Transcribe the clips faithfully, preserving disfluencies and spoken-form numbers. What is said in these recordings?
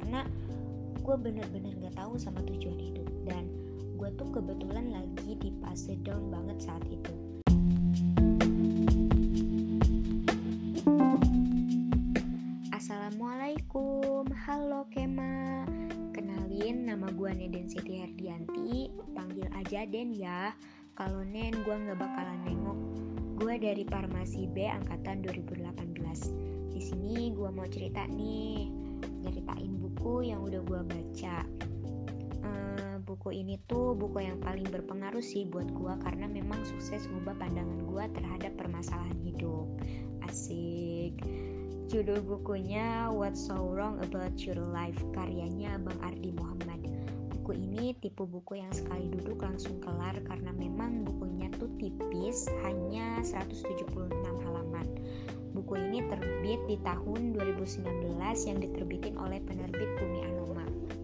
karena gue bener-bener gak tahu sama tujuan hidup, dan gue tuh kebetulan lagi di fase down banget saat itu. Assalamualaikum, halo Kema. Kenalin, nama gue Neden Siti Herdianti, panggil aja Den ya. Kalau Nen gue gak bakalan nengok. Gue dari Farmasi B angkatan dua ribu delapan belas. Di sini gue mau cerita nih, ceritain buku yang udah gue baca. Uh, buku ini tuh buku yang paling berpengaruh sih buat gue, karena memang sukses ngubah pandangan gue terhadap permasalahan hidup. Asik. Judul bukunya What's So Wrong About Your Life, karyanya Bang Ardi Muhammad. Buku ini tipe buku yang sekali duduk langsung kelar, karena memang bukunya tuh tipis, hanya seratus tujuh puluh enam halaman. Buku ini terbit di tahun dua ribu sembilan belas yang diterbitin oleh penerbit Bumi Anoma.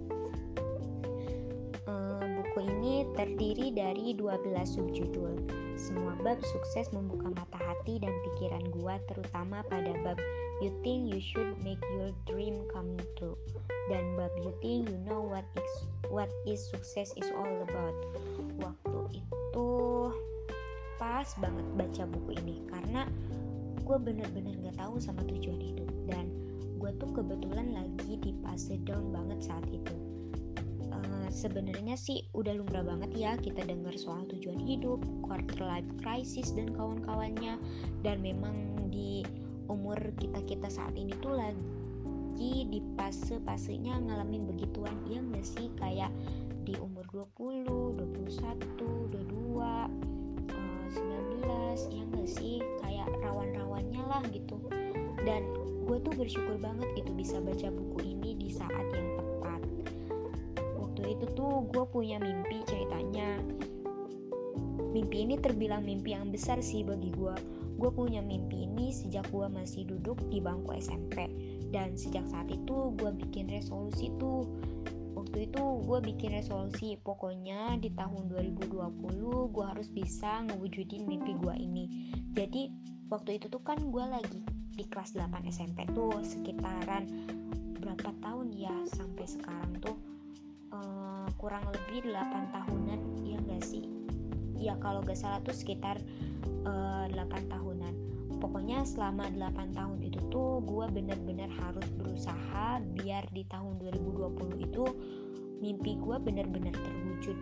E, buku ini terdiri dari dua belas subjudul. Semua bab sukses membuka mata hati dan pikiran gua, terutama pada bab You Think You Should Make Your Dream Come True dan bab You Think You Know What is, what is Success Is All About. Waktu itu pas banget baca buku ini, karena gue bener-bener gak tahu sama tujuan hidup, dan gue tuh kebetulan lagi di fase down banget saat itu. Uh, sebenarnya sih udah lumrah banget ya kita dengar soal tujuan hidup, quarter life crisis dan kawan-kawannya, dan memang di umur kita-kita saat ini tuh lagi di fase-fasenya ngalamin begituan, iya gak sih? Kayak di umur dua puluh, dua puluh satu, dua puluh dua, sembilan belas, iya gak sih? Kayak rawan-rawannya lah gitu. Dan gue tuh bersyukur banget gitu bisa baca buku ini di saat yang tepat. Waktu itu tuh gue punya mimpi, ceritanya mimpi ini terbilang mimpi yang besar sih bagi gue. Gue punya mimpi ini sejak gue masih duduk di bangku S M P, dan sejak saat itu gue bikin resolusi tuh. Waktu itu gue bikin resolusi, pokoknya di tahun dua ribu dua puluh gue harus bisa ngewujudin mimpi gue ini. Jadi waktu itu tuh kan gue lagi di kelas delapan S M P tuh, sekitaran berapa tahun ya sampai sekarang tuh, uh, kurang lebih delapan tahunan, ya gak sih? Ya kalau gak salah tuh sekitar uh, delapan tahunan. Pokoknya selama delapan tahun itu tuh gue bener-bener harus berusaha biar di tahun dua ribu dua puluh itu mimpi gue bener-bener terwujud.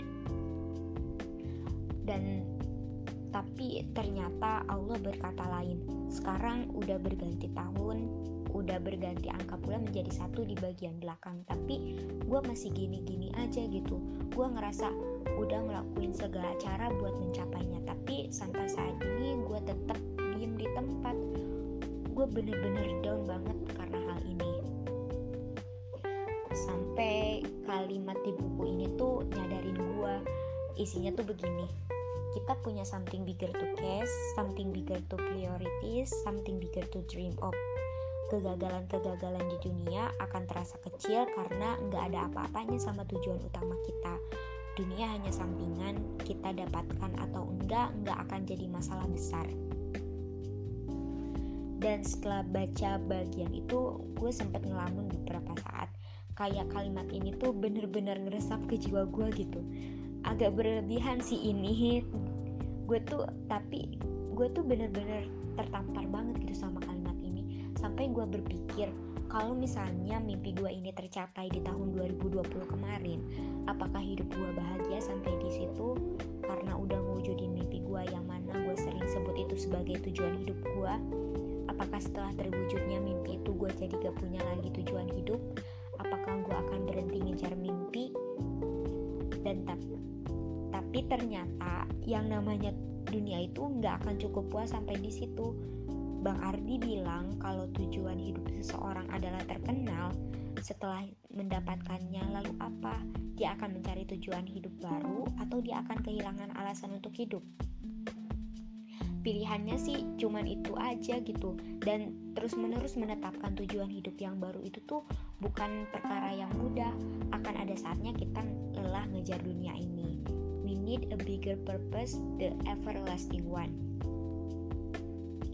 Dan tapi ternyata Allah berkata lain. Sekarang udah berganti tahun, udah berganti angka pula menjadi satu di bagian belakang, tapi gue masih gini-gini aja gitu. Gue ngerasa udah ngelakuin segala cara buat mencapainya, tapi sampai saat ini gue tetap diem di tempat. Gue bener-bener down banget karena hal ini. Sampai kalimat di buku ini tuh nyadarin gue. Isinya tuh begini: kita punya something bigger to chase, something bigger to priorities, something bigger to dream of. Kegagalan-kegagalan di dunia akan terasa kecil karena gak ada apa-apanya sama tujuan utama kita. Dunia hanya sampingan, kita dapatkan atau enggak, enggak akan jadi masalah besar. Dan setelah baca bagian itu, gue sempat ngelamun beberapa saat. Kayak kalimat ini tuh bener-bener ngeresap ke jiwa gue gitu. Agak berlebihan sih ini. Gue tuh, tapi gue tuh bener-bener tertampar banget gitu sama kalimat ini. Sampai gue berpikir, kalau misalnya mimpi gue ini tercapai di tahun dua ribu dua puluh kemarin, apakah hidup gue bahagia sampai di situ? Karena udah ngewujudin mimpi gue yang mana gue sering sebut itu sebagai tujuan hidup gue. Apakah setelah terwujudnya mimpi itu gue jadi gak punya lagi tujuan hidup? Apakah gue akan berhenti ngejar mimpi? Dan tapi, tapi ternyata yang namanya dunia itu gak akan cukup puas sampai di situ. Bang Ardi bilang kalau tujuan hidup seseorang adalah terkenal, setelah mendapatkannya lalu apa? Dia akan mencari tujuan hidup baru atau dia akan kehilangan alasan untuk hidup? Pilihannya sih cuman itu aja gitu. Dan terus menerus menetapkan tujuan hidup yang baru itu tuh bukan perkara yang mudah. Akan ada saatnya kita lelah ngejar dunia ini. We need a bigger purpose, the everlasting one.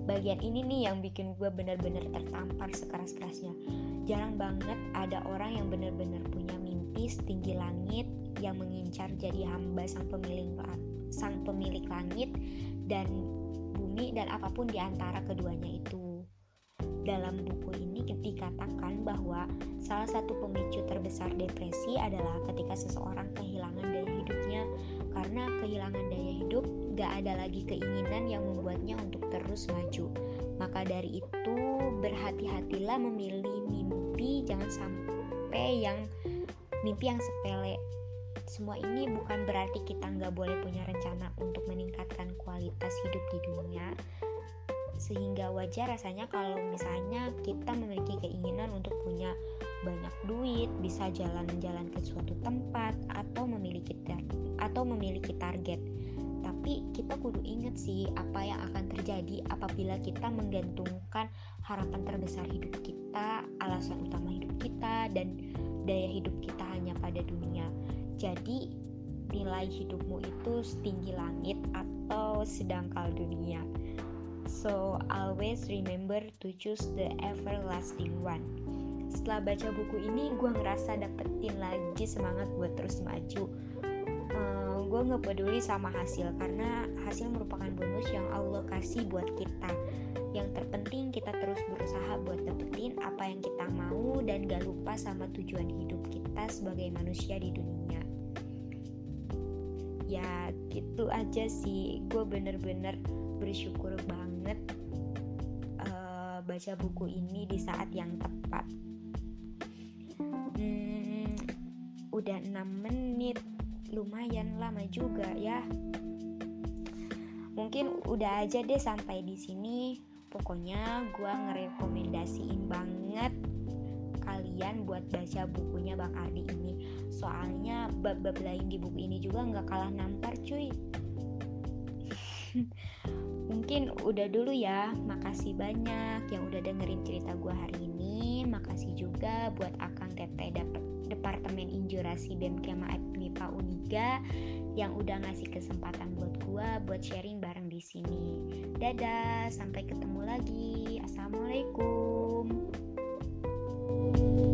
bagian ini nih yang bikin gue bener-bener tertampar sekeras-kerasnya. Jarang banget ada orang yang bener-bener punya mimpi setinggi langit, yang mengincar jadi hamba sang pemilik sang pemilik langit dan bumi dan apapun di antara keduanya itu. Dalam buku ini dikatakan bahwa salah satu pemicu terbesar depresi adalah ketika seseorang kehilangan daya hidupnya. Karena kehilangan daya hidup, gak ada lagi keinginan yang membuatnya untuk terus maju. Maka dari itu, berhati-hatilah memilih mimpi, jangan sampai yang mimpi yang sepele. Semua ini bukan berarti kita gak boleh punya rencana untuk meningkatkan kualitas hidup di dunia, sehingga wajar rasanya kalau misalnya kita memiliki keinginan untuk punya banyak duit, bisa jalan-jalan ke suatu tempat, atau memiliki tar- atau memiliki target. Tapi kita kudu inget sih apa yang akan terjadi apabila kita menggantungkan harapan terbesar hidup kita, alasan utama hidup kita, dan daya hidup kita hanya pada dunia. Jadi nilai hidupmu itu setinggi langit atau sedangkal dunia. So always remember to choose the everlasting one. Setelah baca buku ini, gue ngerasa dapetin lagi semangat buat terus maju. uh, Gue gak peduli sama hasil, karena hasil merupakan bonus yang Allah kasih buat kita. Yang terpenting kita terus berusaha buat dapetin apa yang kita mau, dan gak lupa sama tujuan hidup kita sebagai manusia di dunia. Ya gitu aja sih, gue bener-bener bersyukur banget uh, baca buku ini di saat yang tepat. Hmm, udah enam menit, lumayan lama juga ya. Mungkin udah aja deh sampai di sini. Pokoknya gue ngerekomendasiin banget kalian buat baca bukunya Bang Ardi ini. Soalnya bab-bab lain di buku ini juga nggak kalah nampar cuy. Mungkin udah dulu ya. Makasih banyak yang udah dengerin cerita gue hari ini. Makasih juga buat Akang Teteh Departemen Injurasi B E M Kema M I P A Uniga yang udah ngasih kesempatan buat gue buat sharing bareng di sini. Dadah, sampai ketemu lagi. Assalamualaikum.